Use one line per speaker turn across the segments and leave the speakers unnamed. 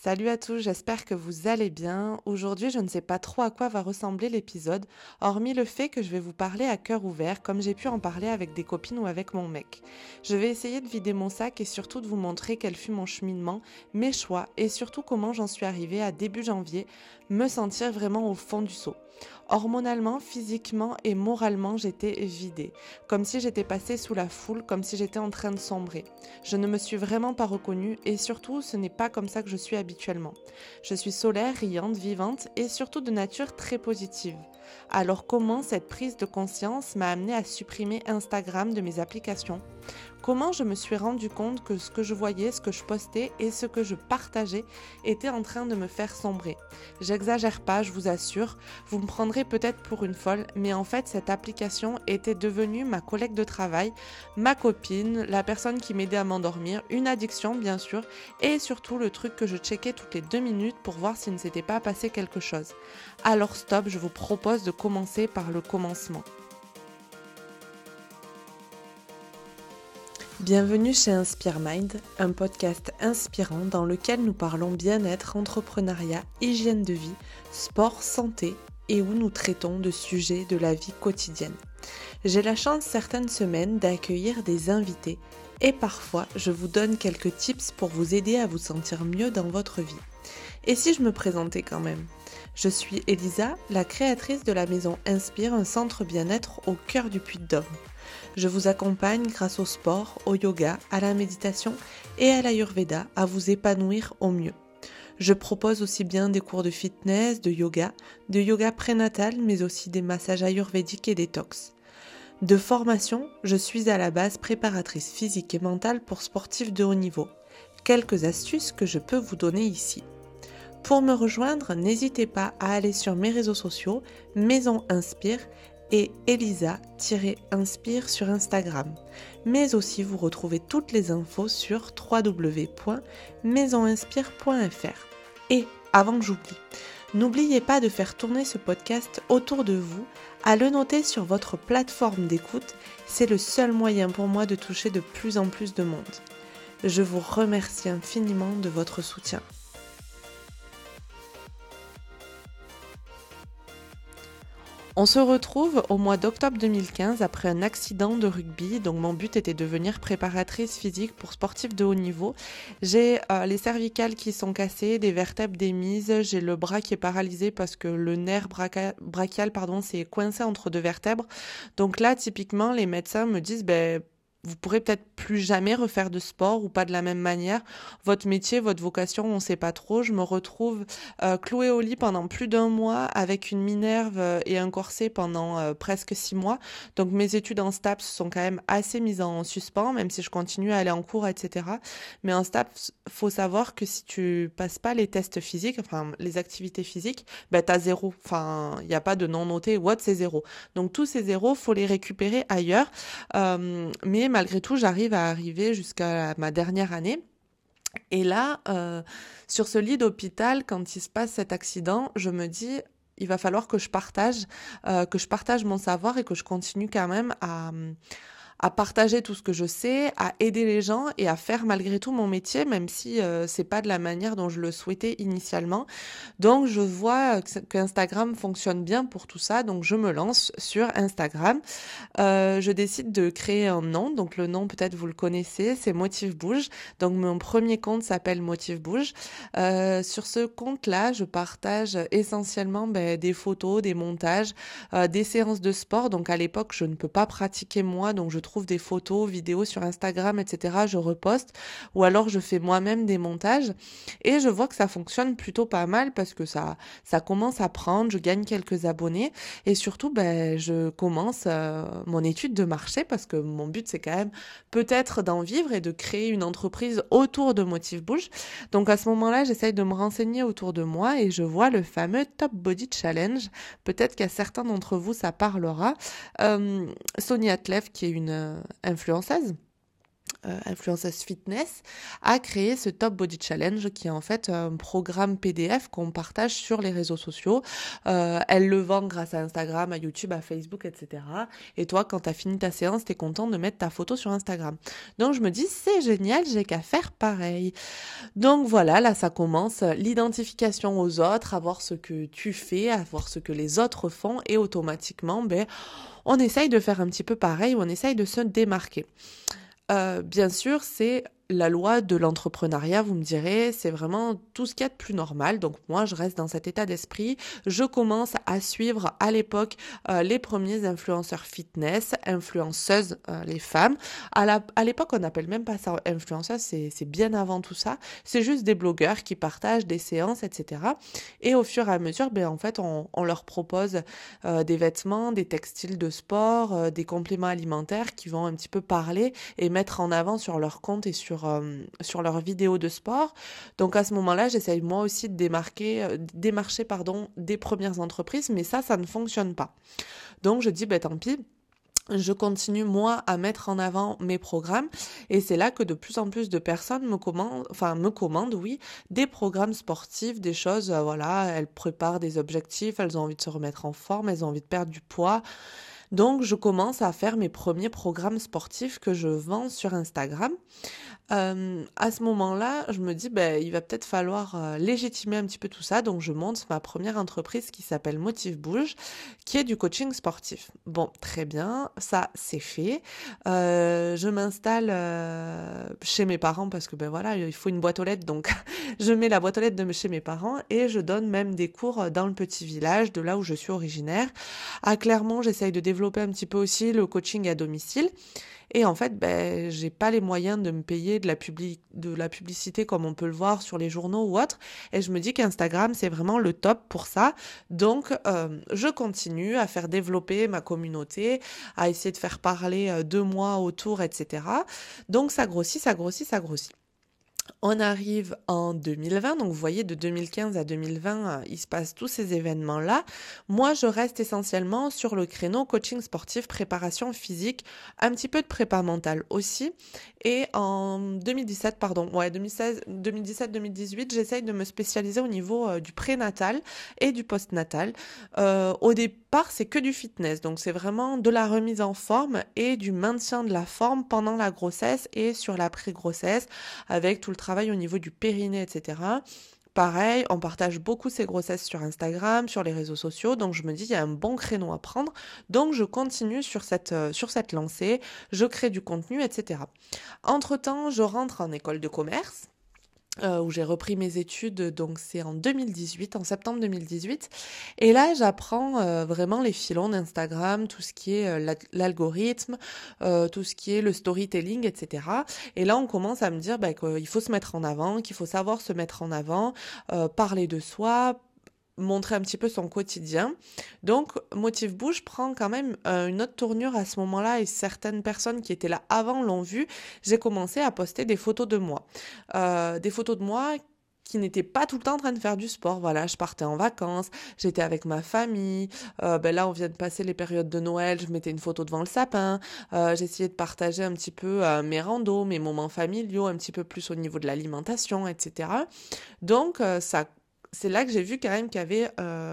Salut à tous, j'espère que vous allez bien. Aujourd'hui, je ne sais pas trop à quoi va ressembler l'épisode, hormis le fait que je vais vous parler à cœur ouvert, comme j'ai pu en parler avec des copines ou avec mon mec. Je vais essayer de vider mon sac et surtout de vous montrer quel fut mon cheminement, mes choix et surtout comment j'en suis arrivée à début janvier, me sentir vraiment au fond du seau. Hormonalement, physiquement et moralement, j'étais vidée, comme si j'étais passée sous la foule, comme si j'étais en train de sombrer. Je ne me suis vraiment pas reconnue et surtout, ce n'est pas comme ça que je suis habituellement. Je suis solaire, riante, vivante et surtout de nature très positive. Alors comment cette prise de conscience m'a amenée à supprimer Instagram de mes applications ? Comment je me suis rendu compte que ce que je voyais, ce que je postais et ce que je partageais était en train de me faire sombrer. J'exagère pas, je vous assure, vous me prendrez peut-être pour une folle, mais en fait cette application était devenue ma collègue de travail, ma copine, la personne qui m'aidait à m'endormir, une addiction bien sûr, et surtout le truc que je checkais toutes les 2 minutes pour voir s'il ne s'était pas passé quelque chose. Alors stop, je vous propose de commencer par le commencement. Bienvenue chez Inspire Mind, un podcast inspirant dans lequel nous parlons bien-être, entrepreneuriat, hygiène de vie, sport, santé et où nous traitons de sujets de la vie quotidienne. J'ai la chance certaines semaines d'accueillir des invités et parfois je vous donne quelques tips pour vous aider à vous sentir mieux dans votre vie. Et si je me présentais quand même ? Je suis Elisa, la créatrice de la maison Inspire, un centre bien-être au cœur du Puy-de-Dôme. Je vous accompagne grâce au sport, au yoga, à la méditation et à l'Ayurveda à vous épanouir au mieux. Je propose aussi bien des cours de fitness, de yoga prénatal, mais aussi des massages ayurvédiques et détox. De formation, je suis à la base préparatrice physique et mentale pour sportifs de haut niveau. Quelques astuces que je peux vous donner ici. Pour me rejoindre, n'hésitez pas à aller sur mes réseaux sociaux, Maison Inspire et Elisa-Inspire sur Instagram. Mais aussi vous retrouvez toutes les infos sur www.maisoninspire.fr. Et avant que j'oublie, n'oubliez pas de faire tourner ce podcast autour de vous, à le noter sur votre plateforme d'écoute, c'est le seul moyen pour moi de toucher de plus en plus de monde. Je vous remercie infiniment de votre soutien. On se retrouve au mois d'octobre 2015 après un accident de rugby. Donc mon but était de devenir préparatrice physique pour sportifs de haut niveau. J'ai les cervicales qui sont cassées, des vertèbres démises, j'ai le bras qui est paralysé parce que le nerf brachial s'est coincé entre deux vertèbres. Donc là, typiquement, les médecins me disent vous pourrez peut-être plus jamais refaire de sport ou pas de la même manière. Votre métier, votre vocation, on ne sait pas trop. Je me retrouve clouée au lit pendant plus d'1 mois avec une minerve et un corset pendant presque 6 mois. Donc mes études en STAPS sont quand même assez mises en suspens, même si je continue à aller en cours, etc. Mais en STAPS, faut savoir que si tu passes pas les tests physiques, enfin les activités physiques, t'as 0. Enfin, il n'y a pas de non noté ou autre, c'est 0. Donc tous ces 0, faut les récupérer ailleurs. Mais malgré tout, j'arrive à arriver jusqu'à ma dernière année. Et là, sur ce lit d'hôpital, quand il se passe cet accident, je me dis, il va falloir que je partage mon savoir et que je continue quand même à partager tout ce que je sais, à aider les gens et à faire malgré tout mon métier, même si c'est pas de la manière dont je le souhaitais initialement. Donc je vois qu'Instagram fonctionne bien pour tout ça, donc je me lance sur Instagram. Je décide de créer un nom, donc le nom peut-être vous le connaissez, c'est Motif Bouge. Donc mon premier compte s'appelle Motif Bouge. Sur ce compte-là, je partage essentiellement des photos, des montages, des séances de sport. Donc à l'époque, je ne peux pas pratiquer moi, donc je trouve des photos, vidéos sur Instagram, etc. Je reposte ou alors je fais moi-même des montages et je vois que ça fonctionne plutôt pas mal parce que ça commence à prendre, je gagne quelques abonnés et surtout je commence mon étude de marché parce que mon but c'est quand même peut-être d'en vivre et de créer une entreprise autour de Motif Bouge. Donc à ce moment-là, j'essaye de me renseigner autour de moi et je vois le fameux Top Body Challenge. Peut-être qu'à certains d'entre vous ça parlera. Sonia Tleff qui est une influenceuse influenceuse fitness, a créé ce Top Body Challenge qui est en fait un programme PDF qu'on partage sur les réseaux sociaux. Elle le vend grâce à Instagram, à YouTube, à Facebook, etc. Et toi, quand tu as fini ta séance, tu es content de mettre ta photo sur Instagram. Donc je me dis, c'est génial, j'ai qu'à faire pareil. Donc voilà, là ça commence, l'identification aux autres, à voir ce que tu fais, à voir ce que les autres font et automatiquement, on essaye de faire un petit peu pareil, on essaye de se démarquer. Bien sûr, c'est la loi de l'entrepreneuriat, vous me direz, c'est vraiment tout ce qu'il y a de plus normal. Donc moi, je reste dans cet état d'esprit. Je commence à suivre à l'époque les premiers influenceurs fitness, influenceuses, les femmes. À l'époque, on n'appelle même pas ça influenceuse, c'est bien avant tout ça. C'est juste des blogueurs qui partagent des séances, etc. Et au fur et à mesure, en fait, on leur propose des vêtements, des textiles de sport, des compléments alimentaires qui vont un petit peu parler et mettre en avant sur leur compte et sur leurs vidéos de sport. Donc à ce moment-là, j'essaye moi aussi de démarcher des premières entreprises, mais ça ne fonctionne pas. Donc je dis, tant pis, je continue moi à mettre en avant mes programmes et c'est là que de plus en plus de personnes me commandent des programmes sportifs, des choses, elles préparent des objectifs, elles ont envie de se remettre en forme, elles ont envie de perdre du poids. Donc, je commence à faire mes premiers programmes sportifs que je vends sur Instagram. À ce moment-là, je me dis, il va peut-être falloir légitimer un petit peu tout ça. Donc, je monte ma première entreprise qui s'appelle Motive Bouge, qui est du coaching sportif. Bon, très bien, ça, c'est fait. Je m'installe chez mes parents parce que, il faut une boîte aux lettres. Donc, je mets la boîte aux lettres de chez mes parents et je donne même des cours dans le petit village de là où je suis originaire. À Clermont, j'essaye de développer un petit peu aussi le coaching à domicile. Et en fait, j'ai pas les moyens de me payer de la publicité comme on peut le voir sur les journaux ou autre. Et je me dis qu'Instagram, c'est vraiment le top pour ça. Donc, je continue à faire développer ma communauté, à essayer de faire parler de moi autour, etc. Donc, ça grossit, ça grossit, ça grossit. On arrive en 2020, donc vous voyez, de 2015 à 2020, il se passe tous ces événements-là. Moi, je reste essentiellement sur le créneau coaching sportif, préparation physique, un petit peu de prépa mentale aussi. Et en 2017-2018, j'essaye de me spécialiser au niveau du prénatal et du postnatal. Au départ, c'est que du fitness, donc c'est vraiment de la remise en forme et du maintien de la forme pendant la grossesse et sur la pré-grossesse, avec tout le travail au niveau du périnée, etc. Pareil, on partage beaucoup ces grossesses sur Instagram, sur les réseaux sociaux, donc je me dis il y a un bon créneau à prendre, donc je continue sur cette lancée, je crée du contenu, etc. Entre-temps, je rentre en école de commerce, où j'ai repris mes études, donc c'est en septembre 2018, et là j'apprends vraiment les filons d'Instagram, tout ce qui est l'algorithme, tout ce qui est le storytelling, etc. Et là on commence à me dire qu'il faut se mettre en avant, qu'il faut savoir se mettre en avant, parler de soi, montrer un petit peu son quotidien. Donc, Motive Bouge prend quand même une autre tournure à ce moment-là et certaines personnes qui étaient là avant l'ont vu. J'ai commencé à poster des photos de moi. Des photos de moi qui n'étaient pas tout le temps en train de faire du sport. Voilà, je partais en vacances, j'étais avec ma famille. Là, on vient de passer les périodes de Noël, je mettais une photo devant le sapin. J'essayais de partager un petit peu mes randos, mes moments familiaux, un petit peu plus au niveau de l'alimentation, etc. Donc, c'est là que j'ai vu quand même qu'il y avait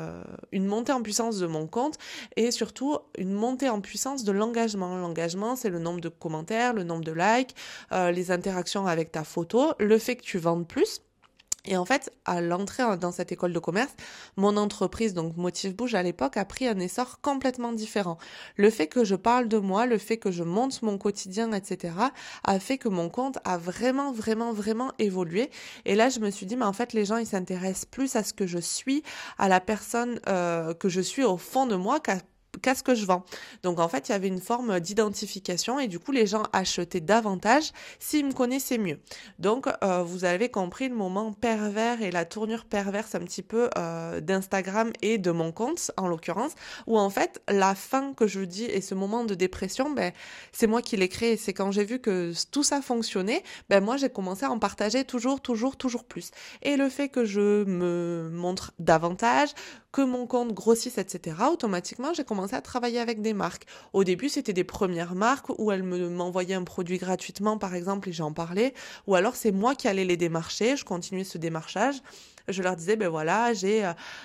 une montée en puissance de mon compte et surtout une montée en puissance de l'engagement. L'engagement, c'est le nombre de commentaires, le nombre de likes, les interactions avec ta photo, le fait que tu vendes plus. Et en fait, à l'entrée dans cette école de commerce, mon entreprise, donc Motive Bouge à l'époque, a pris un essor complètement différent. Le fait que je parle de moi, le fait que je monte mon quotidien, etc., a fait que mon compte a vraiment, vraiment, vraiment évolué. Et là, je me suis dit, mais en fait, les gens, ils s'intéressent plus à ce que je suis, à la personne que je suis au fond de moi, qu'à ce que je vends. Donc en fait, il y avait une forme d'identification et du coup, les gens achetaient davantage s'ils me connaissaient mieux. Donc, vous avez compris le moment pervers et la tournure perverse un petit peu d'Instagram et de mon compte, en l'occurrence, où en fait, la fin que je dis et ce moment de dépression, c'est moi qui l'ai créé. C'est quand j'ai vu que tout ça fonctionnait, moi, j'ai commencé à en partager toujours plus. Et le fait que je me montre davantage, que mon compte grossisse, etc., automatiquement, j'ai commencé commencé à travailler avec des marques. Au début, c'était des premières marques où elles m'envoyaient un produit gratuitement, par exemple, et j'en parlais. Ou alors, c'est moi qui allais les démarcher. Je continuais ce démarchage. Je leur disais, ben voilà, j'ai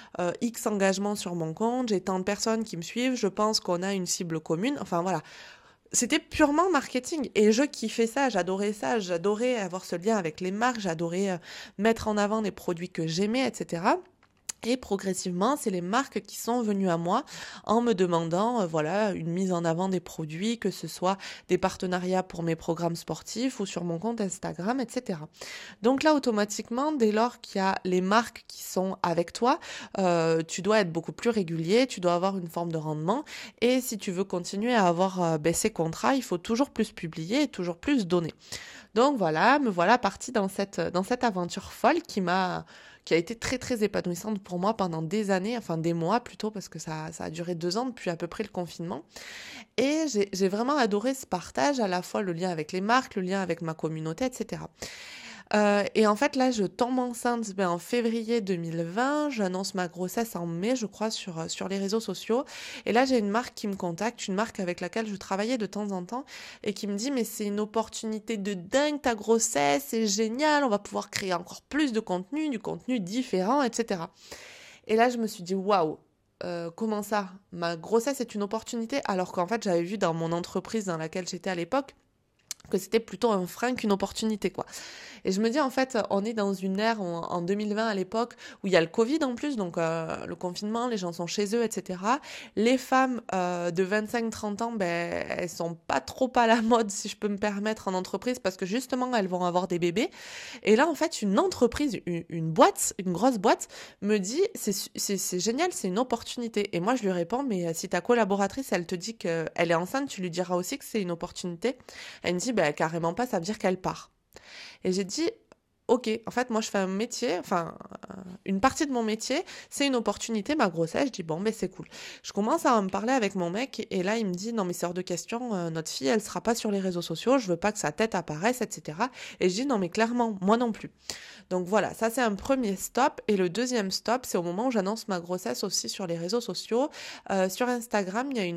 X engagements sur mon compte, j'ai tant de personnes qui me suivent, je pense qu'on a une cible commune. Enfin, voilà. C'était purement marketing et je kiffais ça, j'adorais avoir ce lien avec les marques, j'adorais mettre en avant des produits que j'aimais, etc. Et progressivement, c'est les marques qui sont venues à moi en me demandant voilà, une mise en avant des produits, que ce soit des partenariats pour mes programmes sportifs ou sur mon compte Instagram, etc. Donc là, automatiquement, dès lors qu'il y a les marques qui sont avec toi, tu dois être beaucoup plus régulier, tu dois avoir une forme de rendement. Et si tu veux continuer à avoir ces contrats, il faut toujours plus publier et toujours plus donner. Donc voilà, me voilà partie dans cette aventure folle qui a été très très épanouissante pour moi pendant des années, enfin des mois plutôt, parce que ça a duré 2 ans depuis à peu près le confinement. Et j'ai vraiment adoré ce partage, à la fois le lien avec les marques, le lien avec ma communauté, etc. Et en fait, là, je tombe enceinte en février 2020. J'annonce ma grossesse en mai, je crois, sur les réseaux sociaux. Et là, j'ai une marque qui me contacte, une marque avec laquelle je travaillais de temps en temps et qui me dit, mais c'est une opportunité de dingue, ta grossesse, c'est génial, on va pouvoir créer encore plus de contenu, du contenu différent, etc. Et là, je me suis dit, waouh, comment ça? Ma grossesse est une opportunité, alors qu'en fait, j'avais vu dans mon entreprise dans laquelle j'étais à l'époque que c'était plutôt un frein qu'une opportunité, quoi. Et je me dis, en fait, on est dans une ère en 2020 à l'époque où il y a le Covid en plus, donc le confinement, les gens sont chez eux, etc. Les femmes de 25-30 ans, elles sont pas trop à la mode, si je peux me permettre, en entreprise, parce que justement, elles vont avoir des bébés. Et là, en fait, une entreprise, une boîte, une grosse boîte, me dit, c'est génial, c'est une opportunité. Et moi, je lui réponds, mais si ta collaboratrice, elle te dit qu'elle est enceinte, tu lui diras aussi que c'est une opportunité. Elle me dit, carrément pas, ça veut dire qu'elle part. Et j'ai dit, ok, en fait, moi, je fais un métier, une partie de mon métier, c'est une opportunité, ma grossesse. Je dis, bon, c'est cool. Je commence à en parler avec mon mec, et là, il me dit, non, mais c'est hors de question, notre fille, elle sera pas sur les réseaux sociaux, je veux pas que sa tête apparaisse, etc. Et je dis, non, mais clairement, moi non plus. Donc voilà, ça, c'est un premier stop. Et le deuxième stop, c'est au moment où j'annonce ma grossesse aussi sur les réseaux sociaux. Sur Instagram, il y a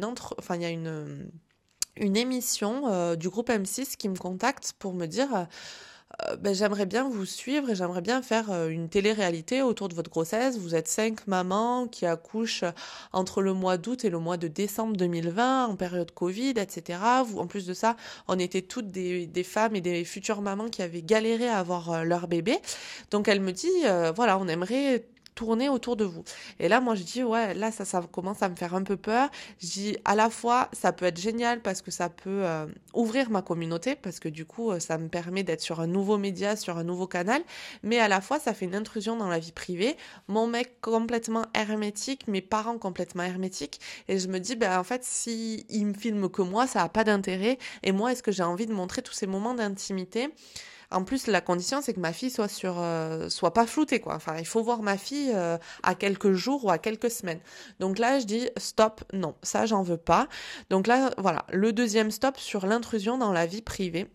une émission du groupe M6 qui me contacte pour me dire j'aimerais bien vous suivre et j'aimerais bien faire une télé-réalité autour de votre grossesse. Vous êtes 5 mamans qui accouchent entre le mois d'août et le mois de décembre 2020 en période Covid, etc. En plus de ça, on était toutes des femmes et des futures mamans qui avaient galéré à avoir leur bébé. Donc elle me dit, voilà, on aimerait tourner autour de vous. Et là, moi, je dis, ouais, là, ça commence à me faire un peu peur. Je dis, à la fois, ça peut être génial parce que ça peut ouvrir ma communauté, parce que du coup, ça me permet d'être sur un nouveau média, sur un nouveau canal, mais à la fois, ça fait une intrusion dans la vie privée. Mon mec complètement hermétique, mes parents complètement hermétiques, et je me dis, en fait, si il me filme que moi, ça n'a pas d'intérêt, et moi, est-ce que j'ai envie de montrer tous ces moments d'intimité? En plus, la condition, c'est que ma fille soit pas floutée, quoi. Enfin, il faut voir ma fille à quelques jours ou à quelques semaines. Donc là, je dis stop, non, ça, j'en veux pas. Donc là, voilà, le deuxième stop sur l'intrusion dans la vie privée.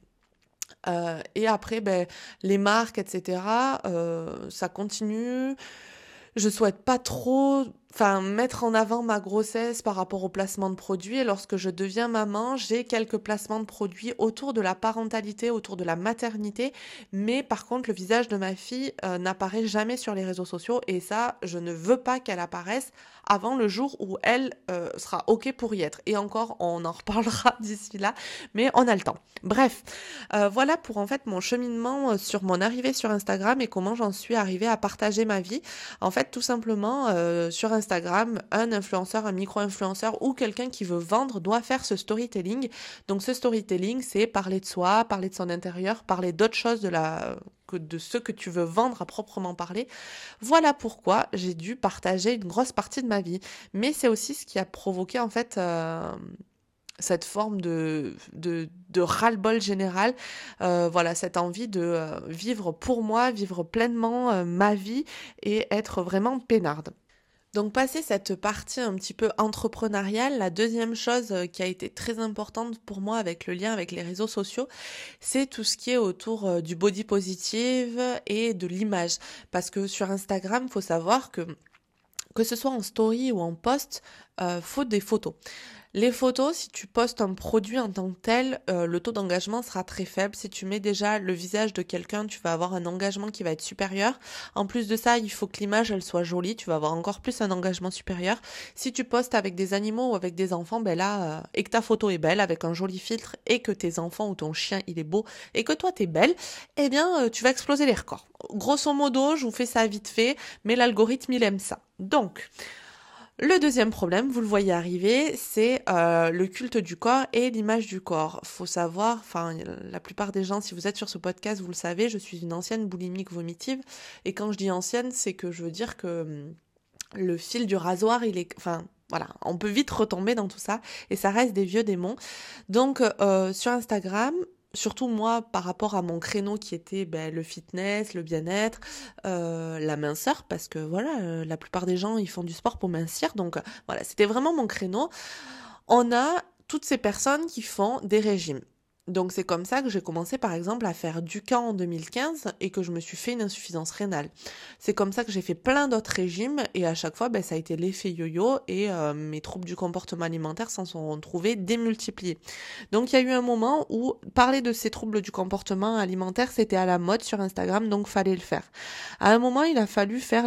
Et après, les marques, etc., ça continue. Je souhaite pas trop mettre en avant ma grossesse par rapport au placement de produits. Et lorsque je deviens maman, j'ai quelques placements de produits autour de la parentalité, autour de la maternité. Mais par contre, le visage de ma fille n'apparaît jamais sur les réseaux sociaux. Et ça, je ne veux pas qu'elle apparaisse avant le jour où elle sera OK pour y être. Et encore, on en reparlera d'ici là, mais on a le temps. Bref, voilà pour en fait mon cheminement sur mon arrivée sur Instagram et comment j'en suis arrivée à partager ma vie. En fait, tout simplement, sur Instagram, un influenceur, un micro-influenceur ou quelqu'un qui veut vendre doit faire ce storytelling. Donc ce storytelling, c'est parler de soi, parler de son intérieur, parler d'autres choses de ce que tu veux vendre à proprement parler. Voilà pourquoi j'ai dû partager une grosse partie de ma vie. Mais c'est aussi ce qui a provoqué en fait cette forme de ras-le-bol général, voilà, cette envie de vivre pour moi, vivre pleinement ma vie et être vraiment peinarde. Donc, passé cette partie un petit peu entrepreneuriale, la deuxième chose qui a été très importante pour moi avec le lien avec les réseaux sociaux, c'est tout ce qui est autour du body positive et de l'image. Parce que sur Instagram, il faut savoir que ce soit en story ou en post, faut des photos. Les photos, si tu postes un produit en tant que tel, le taux d'engagement sera très faible. Si tu mets déjà le visage de quelqu'un, tu vas avoir un engagement qui va être supérieur. En plus de ça, il faut que l'image elle soit jolie, tu vas avoir encore plus un engagement supérieur. Si tu postes avec des animaux ou avec des enfants, ben là, et que ta photo est belle avec un joli filtre et que tes enfants ou ton chien il est beau et que toi t'es belle, eh bien tu vas exploser les records. Grosso modo, je vous fais ça vite fait, mais l'algorithme il aime ça. Donc, le deuxième problème, vous le voyez arriver, c'est le culte du corps et l'image du corps. Faut savoir, enfin, la plupart des gens, si vous êtes sur ce podcast, vous le savez, je suis une ancienne boulimique vomitive. Et quand je dis ancienne, c'est que je veux dire que le fil du rasoir, il est... Enfin, voilà, on peut vite retomber dans tout ça et ça reste des vieux démons. Donc, sur Instagram... Surtout moi, par rapport à mon créneau qui était le fitness, le bien-être, la minceur, parce que voilà, la plupart des gens, ils font du sport pour mincir. Donc voilà, c'était vraiment mon créneau. On a toutes ces personnes qui font des régimes. Donc c'est comme ça que j'ai commencé par exemple à faire du camp en 2015 et que je me suis fait une insuffisance rénale. C'est comme ça que j'ai fait plein d'autres régimes et à chaque fois ça a été l'effet yo-yo et mes troubles du comportement alimentaire s'en sont retrouvés démultipliés. Donc il y a eu un moment où parler de ces troubles du comportement alimentaire c'était à la mode sur Instagram donc fallait le faire. À un moment il a fallu faire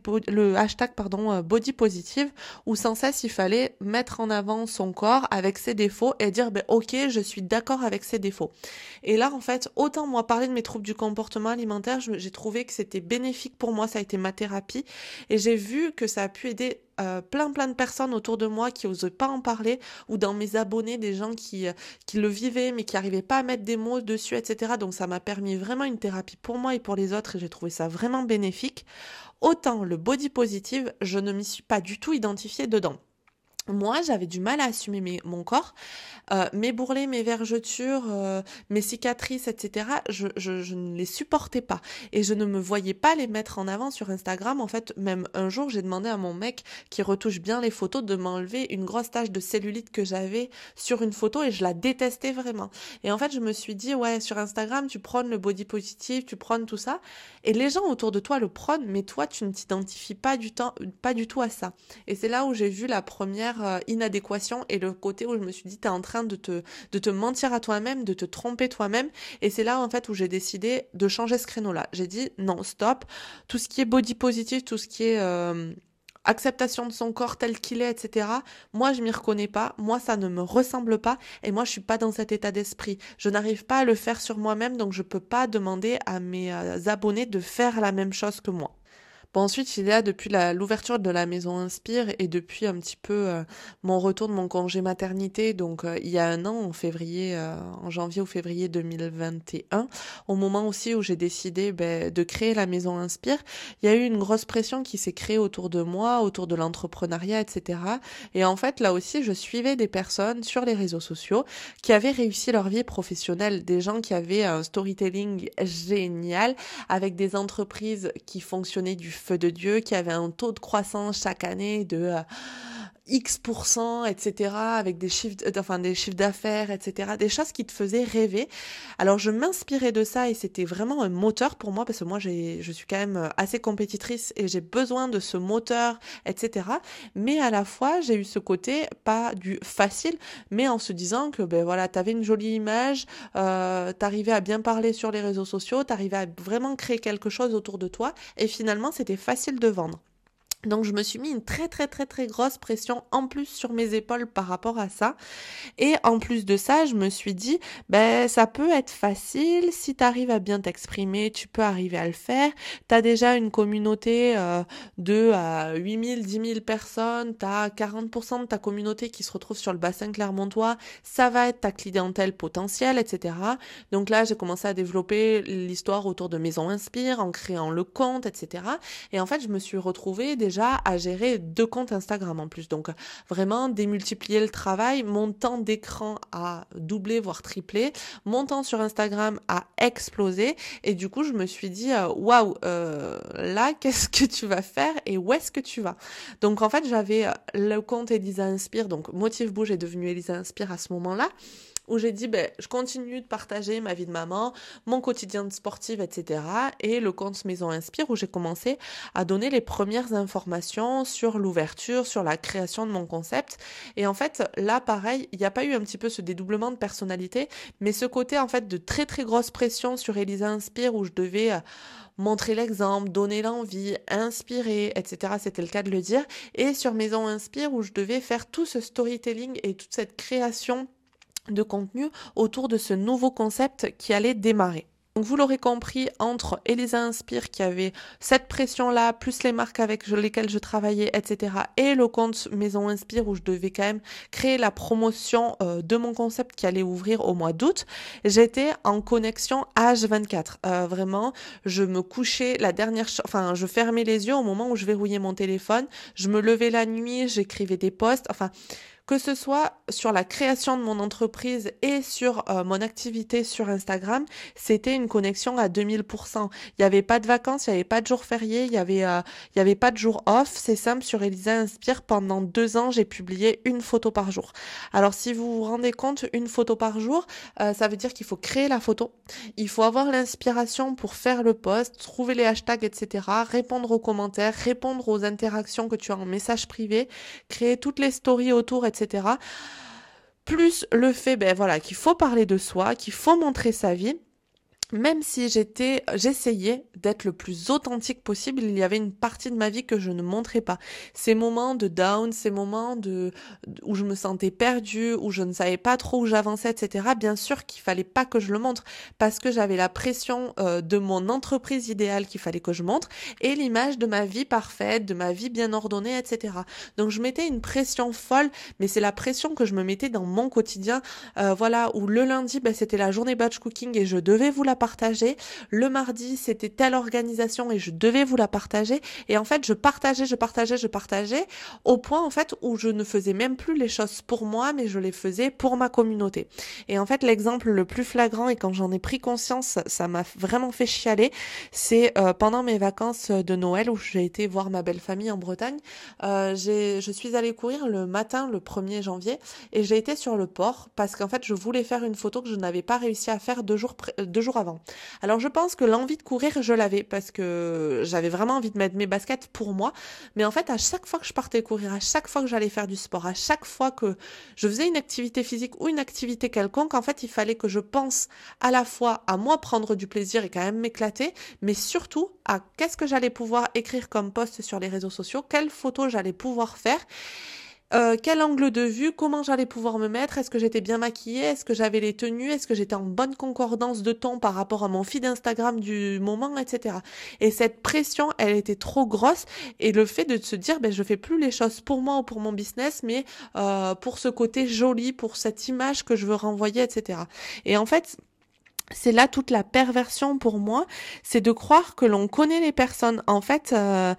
le hashtag body positive où sans cesse il fallait mettre en avant son corps avec ses défauts et dire ok je suis d'accord avec ses défauts. Et là, en fait, autant moi parler de mes troubles du comportement alimentaire, j'ai trouvé que c'était bénéfique pour moi, ça a été ma thérapie, et j'ai vu que ça a pu aider plein de personnes autour de moi qui n'osaient pas en parler, ou dans mes abonnés, des gens qui le vivaient, mais qui n'arrivaient pas à mettre des mots dessus, etc. Donc ça m'a permis vraiment une thérapie pour moi et pour les autres, et j'ai trouvé ça vraiment bénéfique. Autant le body positive, je ne m'y suis pas du tout identifiée dedans. Moi, j'avais du mal à assumer mon corps, mes bourrelets, mes vergetures, mes cicatrices, etc. Je ne les supportais pas et je ne me voyais pas les mettre en avant sur Instagram. En fait, même un jour, j'ai demandé à mon mec qui retouche bien les photos de m'enlever une grosse tache de cellulite que j'avais sur une photo et je la détestais vraiment. Et en fait, je me suis dit, ouais, sur Instagram, tu prônes le body positive, tu prônes tout ça et les gens autour de toi le prônent, mais toi, tu ne t'identifies pas du tout à ça. Et c'est là où j'ai vu la première inadéquation et le côté où je me suis dit t'es en train de te mentir à toi-même, de te tromper toi-même, et c'est là en fait où j'ai décidé de changer ce créneau-là. J'ai dit non, stop, tout ce qui est body positive, tout ce qui est acceptation de son corps tel qu'il est, etc. Moi, je m'y reconnais pas. Moi, ça ne me ressemble pas. Et moi, je suis pas dans cet état d'esprit. Je n'arrive pas à le faire sur moi-même, donc je peux pas demander à mes abonnés de faire la même chose que moi. Bon, ensuite, il y a depuis l'ouverture de la maison Inspire et depuis un petit peu mon retour de mon congé maternité, donc il y a un an, en janvier ou février 2021, au moment aussi où j'ai décidé de créer la maison Inspire, il y a eu une grosse pression qui s'est créée autour de moi, autour de l'entrepreneuriat, etc. Et en fait, là aussi, je suivais des personnes sur les réseaux sociaux qui avaient réussi leur vie professionnelle, des gens qui avaient un storytelling génial, avec des entreprises qui fonctionnaient du feu de Dieu, qui avait un taux de croissance chaque année de X%, etc., avec des chiffres d'affaires, etc., des choses qui te faisaient rêver. Alors je m'inspirais de ça et c'était vraiment un moteur pour moi parce que moi je suis quand même assez compétitrice et j'ai besoin de ce moteur, etc. Mais à la fois j'ai eu ce côté pas du facile, mais en se disant que t'avais une jolie image, t'arrivais à bien parler sur les réseaux sociaux, t'arrivais à vraiment créer quelque chose autour de toi et finalement c'était facile de vendre. Donc je me suis mis une très grosse pression en plus sur mes épaules par rapport à ça. Et en plus de ça, je me suis dit, ça peut être facile, si tu arrives à bien t'exprimer, tu peux arriver à le faire. Tu as déjà une communauté de 8 000, 10 000 personnes, tu as 40% de ta communauté qui se retrouve sur le bassin clermontois, ça va être ta clientèle potentielle, etc. Donc là, j'ai commencé à développer l'histoire autour de Maison Inspire, en créant le compte, etc. Et en fait, je me suis retrouvée déjà à gérer 2 comptes Instagram en plus. Donc vraiment démultiplier le travail, mon temps d'écran a doublé voire triplé, mon temps sur Instagram a explosé et du coup je me suis dit waouh, là qu'est-ce que tu vas faire et où est-ce que tu vas? Donc en fait j'avais le compte Elisa Inspire, donc Motive Bouge est devenu Elisa Inspire à ce moment-là, où j'ai dit, je continue de partager ma vie de maman, mon quotidien de sportive, etc. Et le compte Maison Inspire, où j'ai commencé à donner les premières informations sur l'ouverture, sur la création de mon concept. Et en fait, là, pareil, il n'y a pas eu un petit peu ce dédoublement de personnalité, mais ce côté, en fait, de très, très grosse pression sur Elisa Inspire, où je devais montrer l'exemple, donner l'envie, inspirer, etc. C'était le cas de le dire. Et sur Maison Inspire, où je devais faire tout ce storytelling et toute cette création de contenu autour de ce nouveau concept qui allait démarrer. Donc vous l'aurez compris, entre Elisa Inspire qui avait cette pression-là, plus les marques avec lesquelles je travaillais, etc. et le compte Maison Inspire où je devais quand même créer la promotion de mon concept qui allait ouvrir au mois d'août, j'étais en connexion H24. Vraiment, je me couchais je fermais les yeux au moment où je verrouillais mon téléphone, je me levais la nuit, j'écrivais des posts, que ce soit sur la création de mon entreprise et sur mon activité sur Instagram, c'était une connexion à 2000%. Il n'y avait pas de vacances, il n'y avait pas de jours fériés, il y avait pas de jours off. C'est simple, sur Elisa Inspire, pendant 2 ans, j'ai publié une photo par jour. Alors, si vous vous rendez compte, une photo par jour, ça veut dire qu'il faut créer la photo. Il faut avoir l'inspiration pour faire le post, trouver les hashtags, etc., répondre aux commentaires, répondre aux interactions que tu as en message privé, créer toutes les stories autour, etc. Plus le fait qu'il faut parler de soi, qu'il faut montrer sa vie. Même si j'essayais d'être le plus authentique possible, il y avait une partie de ma vie que je ne montrais pas. Ces moments de down, ces moments où je me sentais perdue, où je ne savais pas trop où j'avançais, etc. Bien sûr qu'il fallait pas que je le montre parce que j'avais la pression de mon entreprise idéale qu'il fallait que je montre et l'image de ma vie parfaite, de ma vie bien ordonnée, etc. Donc je mettais une pression folle, mais c'est la pression que je me mettais dans mon quotidien, où le lundi, c'était la journée batch cooking et je devais vous la partager. Le mardi, c'était telle organisation et je devais vous la partager. Et en fait, je partageais au point, en fait, où je ne faisais même plus les choses pour moi, mais je les faisais pour ma communauté. Et en fait, l'exemple le plus flagrant, et quand j'en ai pris conscience, ça m'a vraiment fait chialer, c'est pendant mes vacances de Noël, où j'ai été voir ma belle famille en Bretagne. Je suis allée courir le matin, le 1er janvier, et j'ai été sur le port, parce qu'en fait, je voulais faire une photo que je n'avais pas réussi à faire 2 jours avant. Alors je pense que l'envie de courir, je l'avais parce que j'avais vraiment envie de mettre mes baskets pour moi. Mais en fait, à chaque fois que je partais courir, à chaque fois que j'allais faire du sport, à chaque fois que je faisais une activité physique ou une activité quelconque, en fait, il fallait que je pense à la fois à moi prendre du plaisir et quand même m'éclater, mais surtout à qu'est-ce que j'allais pouvoir écrire comme post sur les réseaux sociaux, quelles photos j'allais pouvoir faire. Quel angle de vue, comment j'allais pouvoir me mettre, est-ce que j'étais bien maquillée, est-ce que j'avais les tenues, est-ce que j'étais en bonne concordance de ton par rapport à mon feed Instagram du moment, etc. Et cette pression, elle était trop grosse et le fait de se dire, je fais plus les choses pour moi ou pour mon business, mais pour ce côté joli, pour cette image que je veux renvoyer, etc. Et en fait, c'est là toute la perversion pour moi, c'est de croire que l'on connaît les personnes. En fait,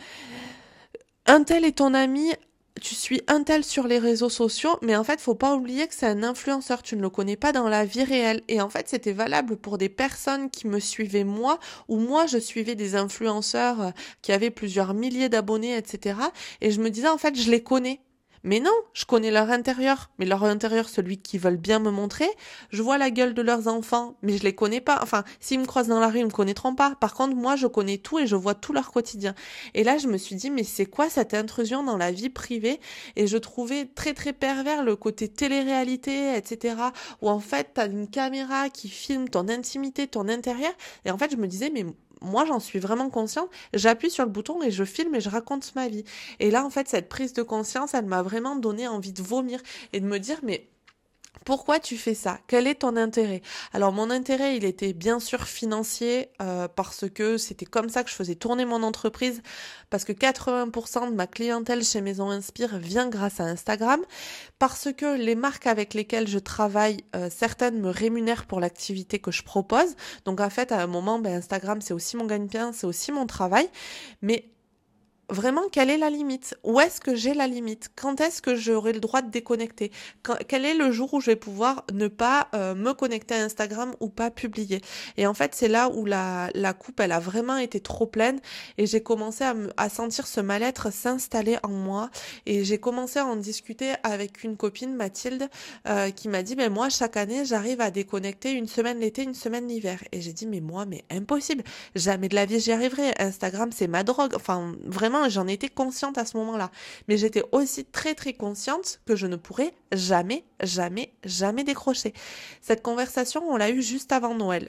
un tel est ton ami, tu suis un tel sur les réseaux sociaux, mais en fait, faut pas oublier que c'est un influenceur, tu ne le connais pas dans la vie réelle. Et en fait, c'était valable pour des personnes qui me suivaient moi, ou moi, je suivais des influenceurs qui avaient plusieurs milliers d'abonnés, etc. Et je me disais, en fait, je les connais. Mais non, je connais leur intérieur, mais leur intérieur, celui qu'ils veulent bien me montrer. Je vois la gueule de leurs enfants, mais je les connais pas. Enfin, s'ils me croisent dans la rue, ils me connaîtront pas. Par contre, moi, je connais tout et je vois tout leur quotidien. Et là, je me suis dit, mais c'est quoi cette intrusion dans la vie privée? Et je trouvais très, très pervers le côté télé-réalité, etc. Où en fait, t'as une caméra qui filme ton intimité, ton intérieur. Et en fait, je me disais, mais moi, j'en suis vraiment consciente, j'appuie sur le bouton et je filme et je raconte ma vie. Et là, en fait, cette prise de conscience, elle m'a vraiment donné envie de vomir et de me dire, mais pourquoi tu fais ça? Quel est ton intérêt? Alors mon intérêt, il était bien sûr financier parce que c'était comme ça que je faisais tourner mon entreprise, parce que 80% de ma clientèle chez Maison Inspire vient grâce à Instagram, parce que les marques avec lesquelles je travaille, certaines me rémunèrent pour l'activité que je propose. Donc en fait, à un moment, Instagram, c'est aussi mon gagne-pain, c'est aussi mon travail. Mais vraiment, quelle est la limite? Où est-ce que j'ai la limite? Quand est-ce que j'aurai le droit de déconnecter? Quel est le jour où je vais pouvoir ne pas me connecter à Instagram ou pas publier? Et en fait, c'est là où la coupe, elle a vraiment été trop pleine et j'ai commencé à sentir ce mal-être s'installer en moi. Et j'ai commencé à en discuter avec une copine, Mathilde, qui m'a dit, mais moi, chaque année, j'arrive à déconnecter une semaine l'été, une semaine l'hiver. Et j'ai dit, mais moi, mais impossible. Jamais de la vie, j'y arriverai. Instagram, c'est ma drogue. Enfin, vraiment, j'en étais consciente à ce moment-là. Mais j'étais aussi très, très consciente que je ne pourrais jamais, jamais, jamais décrocher. Cette conversation, on l'a eue juste avant Noël.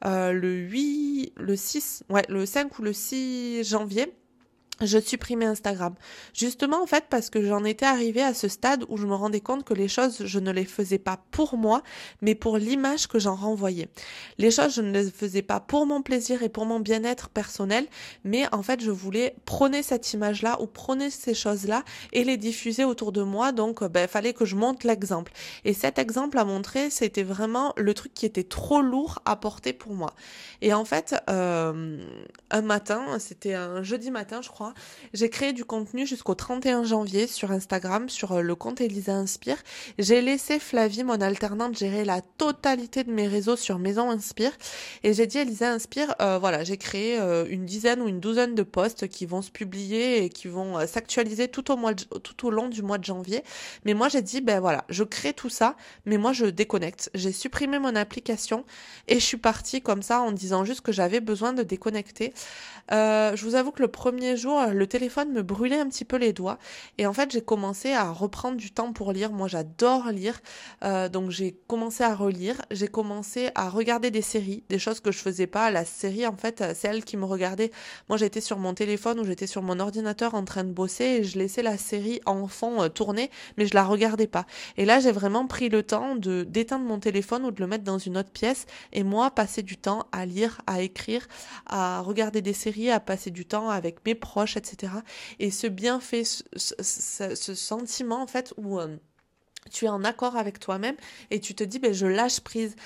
Le 5 ou le 6 janvier. Je supprimais Instagram. Justement, en fait, parce que j'en étais arrivée à ce stade où je me rendais compte que les choses, je ne les faisais pas pour moi, mais pour l'image que j'en renvoyais. Les choses, je ne les faisais pas pour mon plaisir et pour mon bien-être personnel, mais en fait, je voulais prôner cette image-là ou prôner ces choses-là et les diffuser autour de moi. Donc, fallait que je montre l'exemple. Et cet exemple à montrer, c'était vraiment le truc qui était trop lourd à porter pour moi. Et en fait, un matin, c'était un jeudi matin, je crois, j'ai créé du contenu jusqu'au 31 janvier sur Instagram, sur le compte Elisa Inspire. J'ai laissé Flavie, mon alternante, gérer la totalité de mes réseaux sur Maison Inspire. Et j'ai dit Elisa Inspire, j'ai créé une dizaine ou une douzaine de posts qui vont se publier et qui vont s'actualiser tout au long du mois de janvier. Mais moi, j'ai dit, je crée tout ça, mais moi, je déconnecte. J'ai supprimé mon application et je suis partie comme ça en disant juste que j'avais besoin de déconnecter. Je vous avoue que le premier jour, le téléphone me brûlait un petit peu les doigts et en fait j'ai commencé à reprendre du temps pour lire. Moi j'adore lire, donc j'ai commencé à relire, j'ai commencé à regarder des séries, des choses que je faisais pas. La série en fait c'est elle qui me regardait. Moi j'étais sur mon téléphone ou j'étais sur mon ordinateur en train de bosser et je laissais la série en fond tourner mais je la regardais pas. Et là j'ai vraiment pris le temps d'éteindre mon téléphone ou de le mettre dans une autre pièce et moi passer du temps à lire, à écrire, à regarder des séries, à passer du temps avec mes proches, etc. Et ce bienfait, ce sentiment en fait où tu es en accord avec toi-même et tu te dis je lâche prise.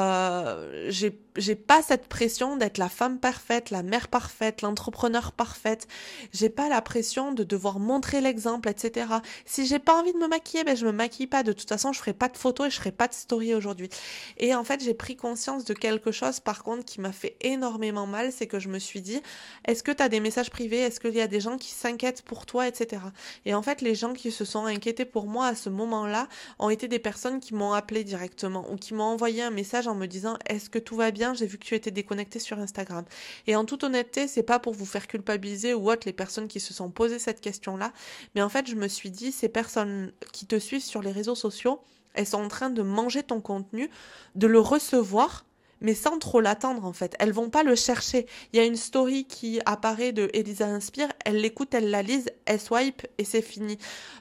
J'ai pas cette pression d'être la femme parfaite, la mère parfaite, l'entrepreneur parfaite. J'ai pas la pression de devoir montrer l'exemple, etc. Si j'ai pas envie de me maquiller, je me maquille pas. De toute façon, je ferai pas de photos et je ferai pas de story aujourd'hui. Et en fait, j'ai pris conscience de quelque chose par contre qui m'a fait énormément mal, c'est que je me suis dit, est-ce que tu as des messages privés? Est-ce qu'il y a des gens qui s'inquiètent pour toi, etc. Et en fait, les gens qui se sont inquiétés pour moi à ce moment-là ont été des personnes qui m'ont appelé directement ou qui m'ont envoyé un message en me disant est-ce que tout va bien, j'ai vu que tu étais déconnecté sur Instagram. Et en toute honnêteté, c'est pas pour vous faire culpabiliser ou autre les personnes qui se sont posées cette question-là, mais en fait je me suis dit ces personnes qui te suivent sur les réseaux sociaux, elles sont en train de manger ton contenu, de le recevoir mais sans trop l'attendre en fait. Ils vont pas le chercher. Il y a une story qui apparaît de Elisa Inspire, elle l'écoute, elle la lise, elle swipe et c'est fini.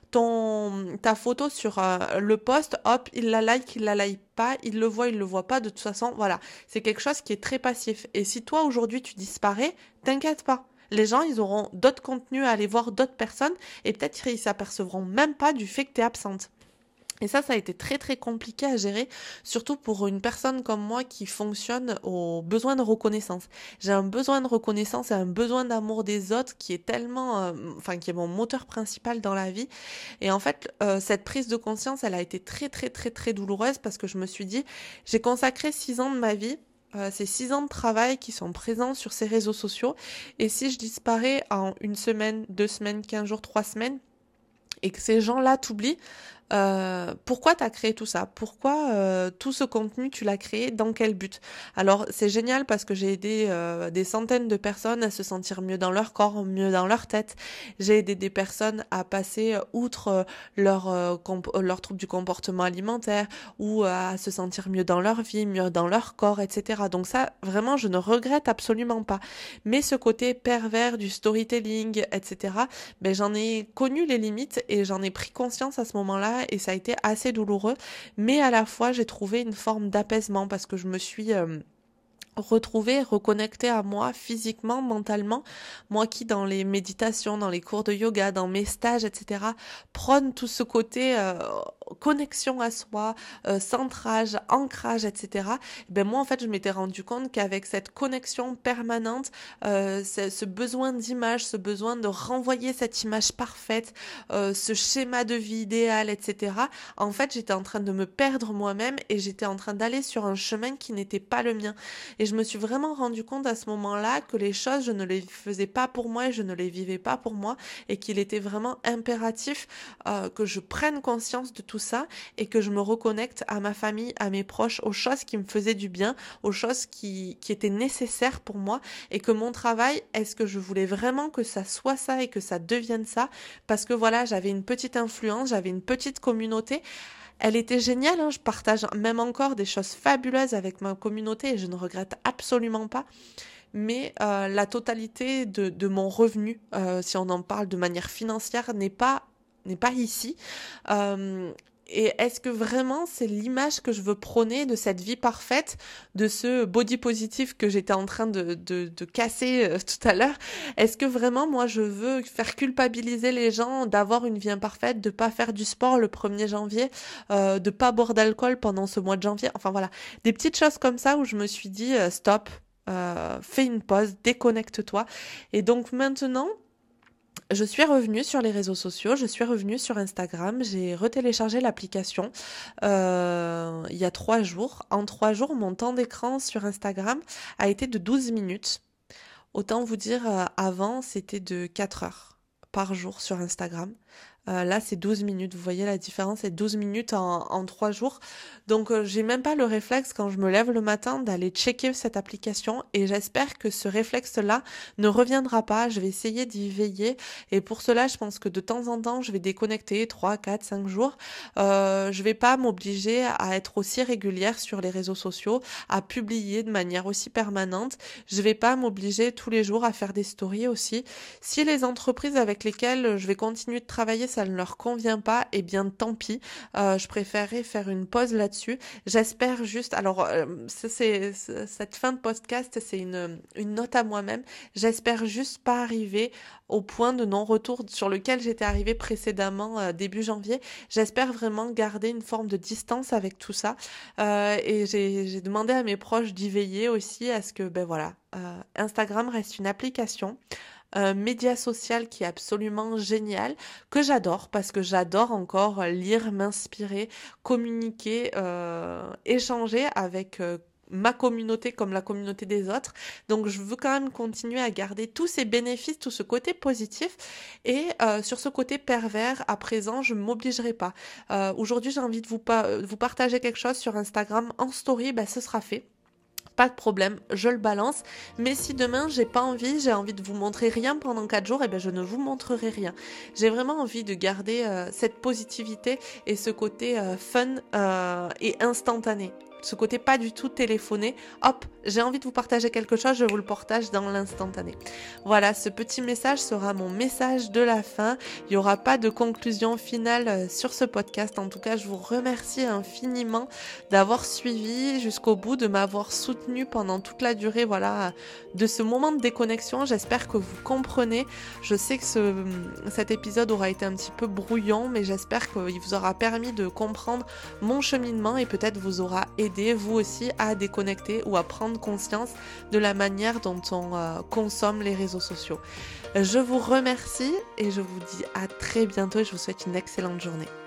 Ta photo sur le post, hop, il la like pas, il le voit pas, de toute façon, voilà. C'est quelque chose qui est très passif. Et si toi aujourd'hui tu disparais, t'inquiète pas. Les gens, ils auront d'autres contenus à aller voir d'autres personnes et peut-être qu'ils s'apercevront même pas du fait que t'es absente. Et ça a été très très compliqué à gérer, surtout pour une personne comme moi qui fonctionne au besoin de reconnaissance. J'ai un besoin de reconnaissance et un besoin d'amour des autres qui est tellement, qui est mon moteur principal dans la vie. Et en fait, cette prise de conscience, elle a été très très très très douloureuse parce que je me suis dit, j'ai consacré 6 ans de ma vie. Ces 6 ans de travail qui sont présents sur ces réseaux sociaux. Et si je disparais en 1 semaine, 2 semaines, 15 jours, 3 semaines, et que ces gens-là t'oublient, pourquoi t'as créé tout ça? Pourquoi tout ce contenu tu l'as créé? Dans quel but? Alors c'est génial parce que j'ai aidé des centaines de personnes à se sentir mieux dans leur corps, mieux dans leur tête. J'ai aidé des personnes à passer outre leur trouble du comportement alimentaire ou à se sentir mieux dans leur vie, mieux dans leur corps, etc. Donc ça, vraiment, je ne regrette absolument pas. Mais ce côté pervers du storytelling, etc., j'en ai connu les limites et j'en ai pris conscience à ce moment-là et ça a été assez douloureux, mais à la fois j'ai trouvé une forme d'apaisement parce que je me suis retrouvée, reconnectée à moi physiquement, mentalement, moi qui dans les méditations, dans les cours de yoga, dans mes stages, etc., prône tout ce côté connexion à soi, centrage, ancrage, etc. Ben moi en fait je m'étais rendu compte qu'avec cette connexion permanente, ce besoin d'image, ce besoin de renvoyer cette image parfaite, ce schéma de vie idéal, etc. En fait j'étais en train de me perdre moi-même et j'étais en train d'aller sur un chemin qui n'était pas le mien. Et je me suis vraiment rendu compte à ce moment-là que les choses je ne les faisais pas pour moi et je ne les vivais pas pour moi et qu'il était vraiment impératif que je prenne conscience de tout ça et que je me reconnecte à ma famille, à mes proches, aux choses qui me faisaient du bien, aux choses qui étaient nécessaires pour moi et que mon travail, est-ce que je voulais vraiment que ça soit ça et que ça devienne ça parce que voilà, j'avais une petite influence, j'avais une petite communauté. Elle était géniale, hein, je partage même encore des choses fabuleuses avec ma communauté et je ne regrette absolument pas. Mais la totalité de mon revenu, si on en parle de manière financière, n'est pas ici. Et est-ce que vraiment c'est l'image que je veux prôner de cette vie parfaite, de ce body positif que j'étais en train de casser tout à l'heure? Est-ce que vraiment moi je veux faire culpabiliser les gens d'avoir une vie imparfaite, de pas faire du sport le 1er janvier, de pas boire d'alcool pendant ce mois de janvier? Enfin voilà, des petites choses comme ça où je me suis dit stop, fais une pause, déconnecte-toi. Et donc maintenant, je suis revenue sur les réseaux sociaux, je suis revenue sur Instagram, j'ai retéléchargé l'application il y a 3 jours. En 3 jours, mon temps d'écran sur Instagram a été de 12 minutes. Autant vous dire, avant, c'était de 4 heures par jour sur Instagram. Là, c'est 12 minutes. Vous voyez la différence, c'est 12 minutes en 3 jours. Donc, j'ai même pas le réflexe quand je me lève le matin d'aller checker cette application et j'espère que ce réflexe-là ne reviendra pas. Je vais essayer d'y veiller et pour cela, je pense que de temps en temps, je vais déconnecter 3, 4, 5 jours. Je vais pas m'obliger à être aussi régulière sur les réseaux sociaux, à publier de manière aussi permanente. Je vais pas m'obliger tous les jours à faire des stories aussi. Si les entreprises avec lesquelles je vais continuer de travailler, ça ne leur convient pas, eh bien tant pis. Je préférerais faire une pause là-dessus. J'espère juste, alors cette fin de podcast, c'est une note à moi-même. J'espère juste pas arriver au point de non-retour sur lequel j'étais arrivée précédemment début janvier. J'espère vraiment garder une forme de distance avec tout ça. Et j'ai demandé à mes proches d'y veiller aussi à ce que, Instagram reste une application, un média social qui est absolument génial, que j'adore parce que j'adore encore lire, m'inspirer, communiquer, échanger avec ma communauté comme la communauté des autres. Donc je veux quand même continuer à garder tous ces bénéfices, tout ce côté positif et sur ce côté pervers, à présent, je ne m'obligerai pas. Aujourd'hui, j'ai envie de vous partager quelque chose sur Instagram en story, ce sera fait. Pas de problème, je le balance. Mais si demain j'ai envie de vous montrer rien pendant 4 jours, je ne vous montrerai rien. J'ai vraiment envie de garder cette positivité et ce côté fun et instantané. Ce côté pas du tout téléphoné. Hop, j'ai envie de vous partager quelque chose, je vous le partage dans l'instantané. Voilà, ce petit message sera mon message de la fin. Il n'y aura pas de conclusion finale sur ce podcast. En tout cas, je vous remercie infiniment d'avoir suivi jusqu'au bout, de m'avoir soutenu pendant toute la durée, de ce moment de déconnexion. J'espère que vous comprenez. Je sais que cet épisode aura été un petit peu brouillon, mais j'espère qu'il vous aura permis de comprendre mon cheminement et peut-être vous aura aidé vous aussi à déconnecter ou à prendre conscience de la manière dont on consomme les réseaux sociaux. Je vous remercie et je vous dis à très bientôt et je vous souhaite une excellente journée.